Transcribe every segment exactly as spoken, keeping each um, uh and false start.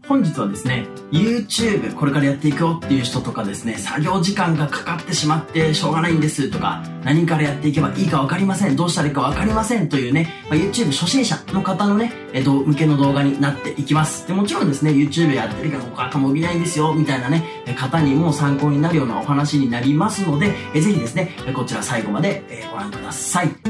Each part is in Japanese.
本日はですね、YouTube これからやっていくよっていう人とかですね、作業時間がかかってしまってしょうがないんですとか、何からやっていけばいいかわかりません、どうしたらいいかわかりませんというね、まあ、YouTube 初心者の方のね、えっと、向けの動画になっていきます。でもちろんですね、YouTube やってるけど他頭伸びないんですよ、みたいなね、方にも参考になるようなお話になりますので、えぜひですね、こちら最後までご覧ください。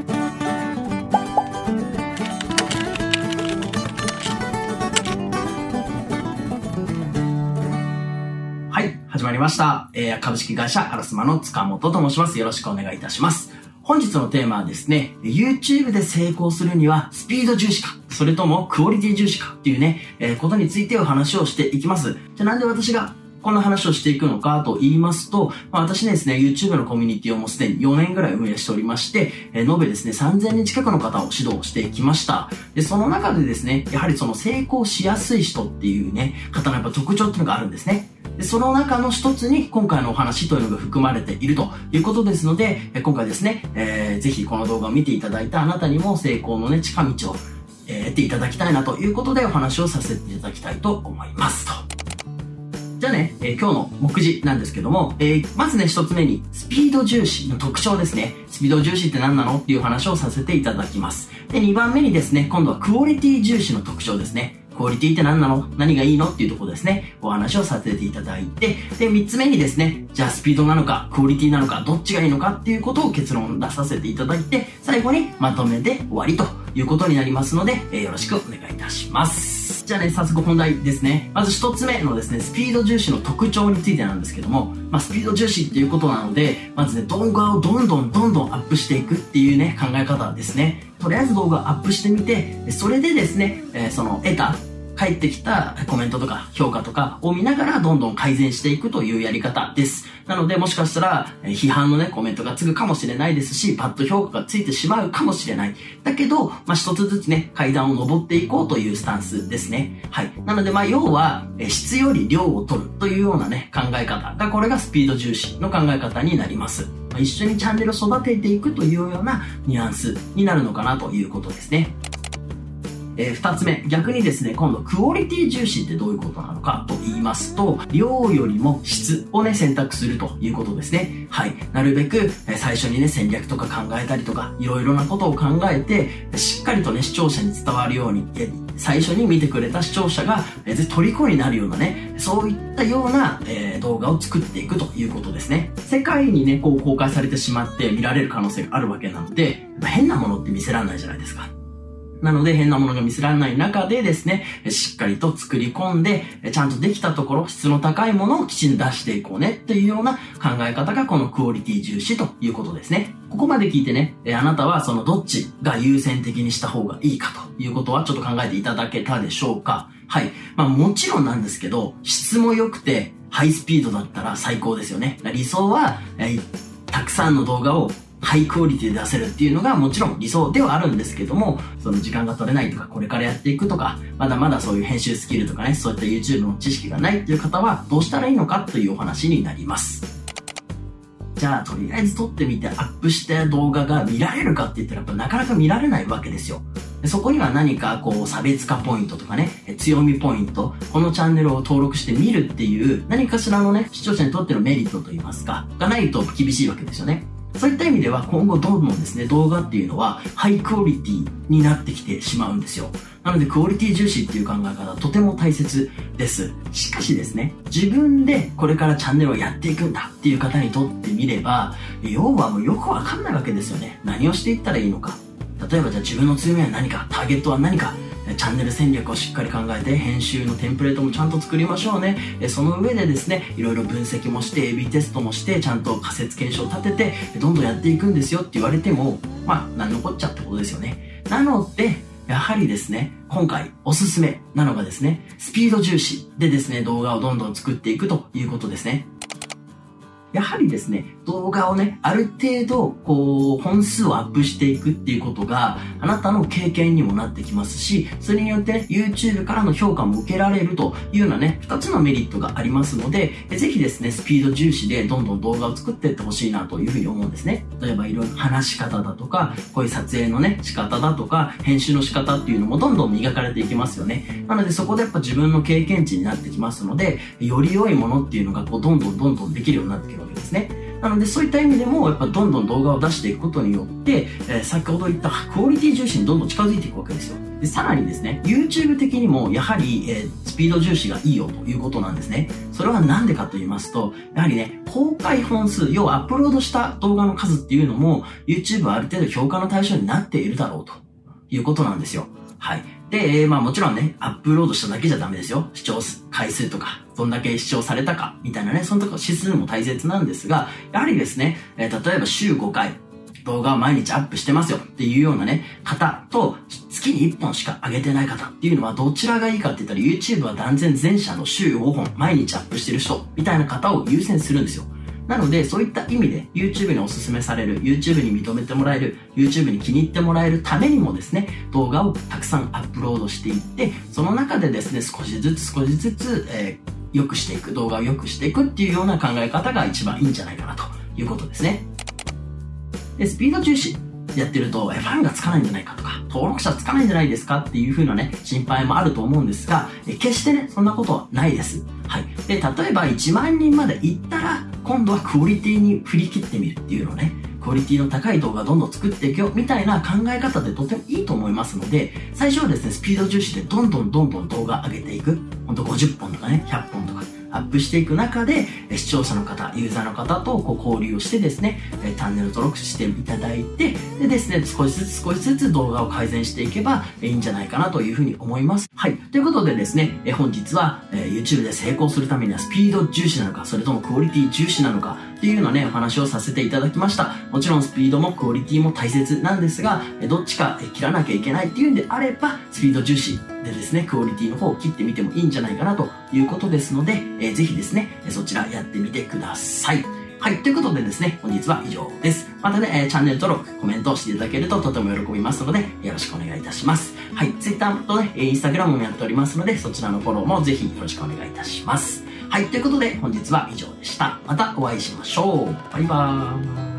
始まりました。えー、株式会社アラスマの塚本と申します。よろしくお願いいたします。本日のテーマはですね、YouTube で成功するにはスピード重視か、それともクオリティ重視かっていうね、えー、ことについてお話をしていきます。じゃあなんで私がこんな話をしていくのかと言いますと、まあ、私ですね、YouTube のコミュニティをもうすでによねんぐらい運営しておりまして、えー、延べですね、さんぜんにん近くの方を指導してきました。で、その中でですね、やはりその成功しやすい人っていうね、方のやっぱ特徴っていうのがあるんですね。でその中の一つに今回のお話というのが含まれているということですので、今回ですね、えー、ぜひこの動画を見ていただいたあなたにも成功のね、近道を、えー、得ていただきたいなということでお話をさせていただきたいと思いますと。じゃあね、えー、今日の目次なんですけども、えー、まずね、一つ目にスピード重視の特徴ですね。スピード重視って何なのっていう話をさせていただきます。で、にばんめにですね、今度はクオリティ重視の特徴ですね。クオリティって何なの？何がいいのっていうところですね。お話をさせていただいて、で、三つ目にですね、じゃあスピードなのか、クオリティなのか、どっちがいいのかっていうことを結論出させていただいて、最後にまとめで終わりということになりますので、えー、よろしくお願いいたします。じゃあね、早速本題ですね。まず一つ目のですね、スピード重視の特徴についてなんですけども、まあ、スピード重視っていうことなので、まずね、動画をどんどんどんどんアップしていくっていうね、考え方ですね。とりあえず動画をアップしてみて、それでですね、えー、その得た、返ってきたコメントとか評価とかを見ながらどんどん改善していくというやり方です。なのでもしかしたら批判のねコメントがつくかもしれないですし、バッド評価がついてしまうかもしれない。だけど、まあ一つずつね階段を登っていこうというスタンスですね。はい。なのでまあ要は質より量を取るというようなね考え方が、これがスピード重視の考え方になります。まあ、一緒にチャンネルを育てていくというようなニュアンスになるのかなということですね。えー、二つ目、逆にですね、今度クオリティ重視ってどういうことなのかと言いますと、量よりも質をね、選択するということですね。はい。なるべく、えー、最初にね、戦略とか考えたりとか、いろいろなことを考えて、しっかりとね、視聴者に伝わるように、えー、最初に見てくれた視聴者が、えー、虜になるようなね、そういったような、えー、動画を作っていくということですね。世界にね、こう公開されてしまって見られる可能性があるわけなので、変なものって見せられないじゃないですか。なので変なものが見せられない中でですね、しっかりと作り込んで、ちゃんとできたところ、質の高いものをきちんと出していこうねっていうような考え方がこのクオリティ重視ということですね。ここまで聞いてね、あなたはそのどっちが優先的にした方がいいかということはちょっと考えていただけたでしょうか。はい。まあもちろんなんですけど、質も良くてハイスピードだったら最高ですよね。理想は、えー、たくさんの動画をハイクオリティで出せるっていうのがもちろん理想ではあるんですけども、その時間が取れないとか、これからやっていくとか、まだまだそういう編集スキルとかね、そういった YouTube の知識がないっていう方はどうしたらいいのかというお話になります。じゃあとりあえず撮ってみてアップした動画が見られるかって言ったらやっぱなかなか見られないわけですよ。そこには何かこう差別化ポイントとかね、強みポイント、このチャンネルを登録して見るっていう何かしらのね、視聴者にとってのメリットといいますか、がないと厳しいわけですよね。そういった意味では今後どんどんですね、動画っていうのはハイクオリティになってきてしまうんですよ。なのでクオリティ重視っていう考え方はとても大切です。しかしですね、自分でこれからチャンネルをやっていくんだっていう方にとってみれば、要はもうよくわかんないわけですよね。何をしていったらいいのか。例えばじゃあ自分の強みは何か、ターゲットは何か、チャンネル戦略をしっかり考えて、編集のテンプレートもちゃんと作りましょうね。その上でですね、いろいろ分析もして、エービー テストもして、ちゃんと仮説検証を立てて、どんどんやっていくんですよって言われても、まあ、なんのこっちゃってことですよね。なので、やはりですね、今回おすすめなのがですね、スピード重視でですね、動画をどんどん作っていくということですね。 やはりですね、動画をね、ある程度、こう、本数をアップしていくっていうことが、あなたの経験にもなってきますし、それによって、ね、YouTube からの評価も受けられるというようなね、二つのメリットがありますので、ぜひですね、スピード重視でどんどん動画を作っていってほしいなというふうに思うんですね。例えばいろいろ話し方だとか、こういう撮影のね、仕方だとか、編集の仕方っていうのもどんどん磨かれていきますよね。なのでそこでやっぱ自分の経験値になってきますので、より良いものっていうのがこうどんどんどんどんできるようになってくるわけですね。なのでそういった意味でもやっぱどんどん動画を出していくことによって、えー、先ほど言ったクオリティ重視にどんどん近づいていくわけですよ。でさらにですね、YouTube 的にもやはり、えー、スピード重視がいいよということなんですね。それはなんでかと言いますと、やはりね、公開本数、要はアップロードした動画の数っていうのも YouTube はある程度評価の対象になっているだろうということなんですよ。はい。で、えー、まあもちろんね、アップロードしただけじゃダメですよ。視聴回数とか、どんだけ視聴されたか、みたいなね、そのとこ指数も大切なんですが、やはりですね、えー、例えば週ごかい、動画を毎日アップしてますよっていうようなね、方と、月にいっぽんしか上げてない方っていうのはどちらがいいかって言ったら YouTube は断然前者の週ごほん毎日アップしてる人みたいな方を優先するんですよ。なので、そういった意味で YouTube におすすめされる、YouTube に認めてもらえる、YouTube に気に入ってもらえるためにもですね、動画をたくさんアップロードしていって、その中でですね、少しずつ少しずつ、えー、良くしていく、動画を良くしていくっていうような考え方が一番いいんじゃないかなということですね。で、スピード重視やってると、ファンがつかないんじゃないかとか、登録者つかないんじゃないですかっていう風なね、心配もあると思うんですが、決してね、そんなことはないです。はい。で、例えばいちまんにんまで行ったら、今度はクオリティに振り切ってみるっていうのをね、クオリティの高い動画をどんどん作っていくよ、みたいな考え方でとてもいいと思いますので、最初はですね、スピード重視でどんどんどんどん動画上げていく。ほんとごじゅっぽんとかね、ひゃっぽんとか。アップしていく中で、視聴者の方、ユーザーの方とこう交流をしてですね、チャンネル登録していただいて、でですね、少しずつ少しずつ動画を改善していけばいいんじゃないかなというふうに思います。はい。ということでですね、本日は YouTube で成功するためにはスピード重視なのか、それともクオリティ重視なのかっていうようなね、お話をさせていただきました。もちろんスピードもクオリティも大切なんですが、どっちか切らなきゃいけないっていうんであれば、スピード重視でですね、クオリティの方を切ってみてもいいんじゃないかなということですので、えー、ぜひですね、そちらやってみてください。はい、ということでですね、本日は以上です。またね、えー、チャンネル登録、コメントしていただけるととても喜びますので、よろしくお願いいたします。はい、Twitter とね、Instagram もやっておりますので、そちらのフォローもぜひよろしくお願いいたします。はい、ということで本日は以上でした。またお会いしましょう。バイバーイ。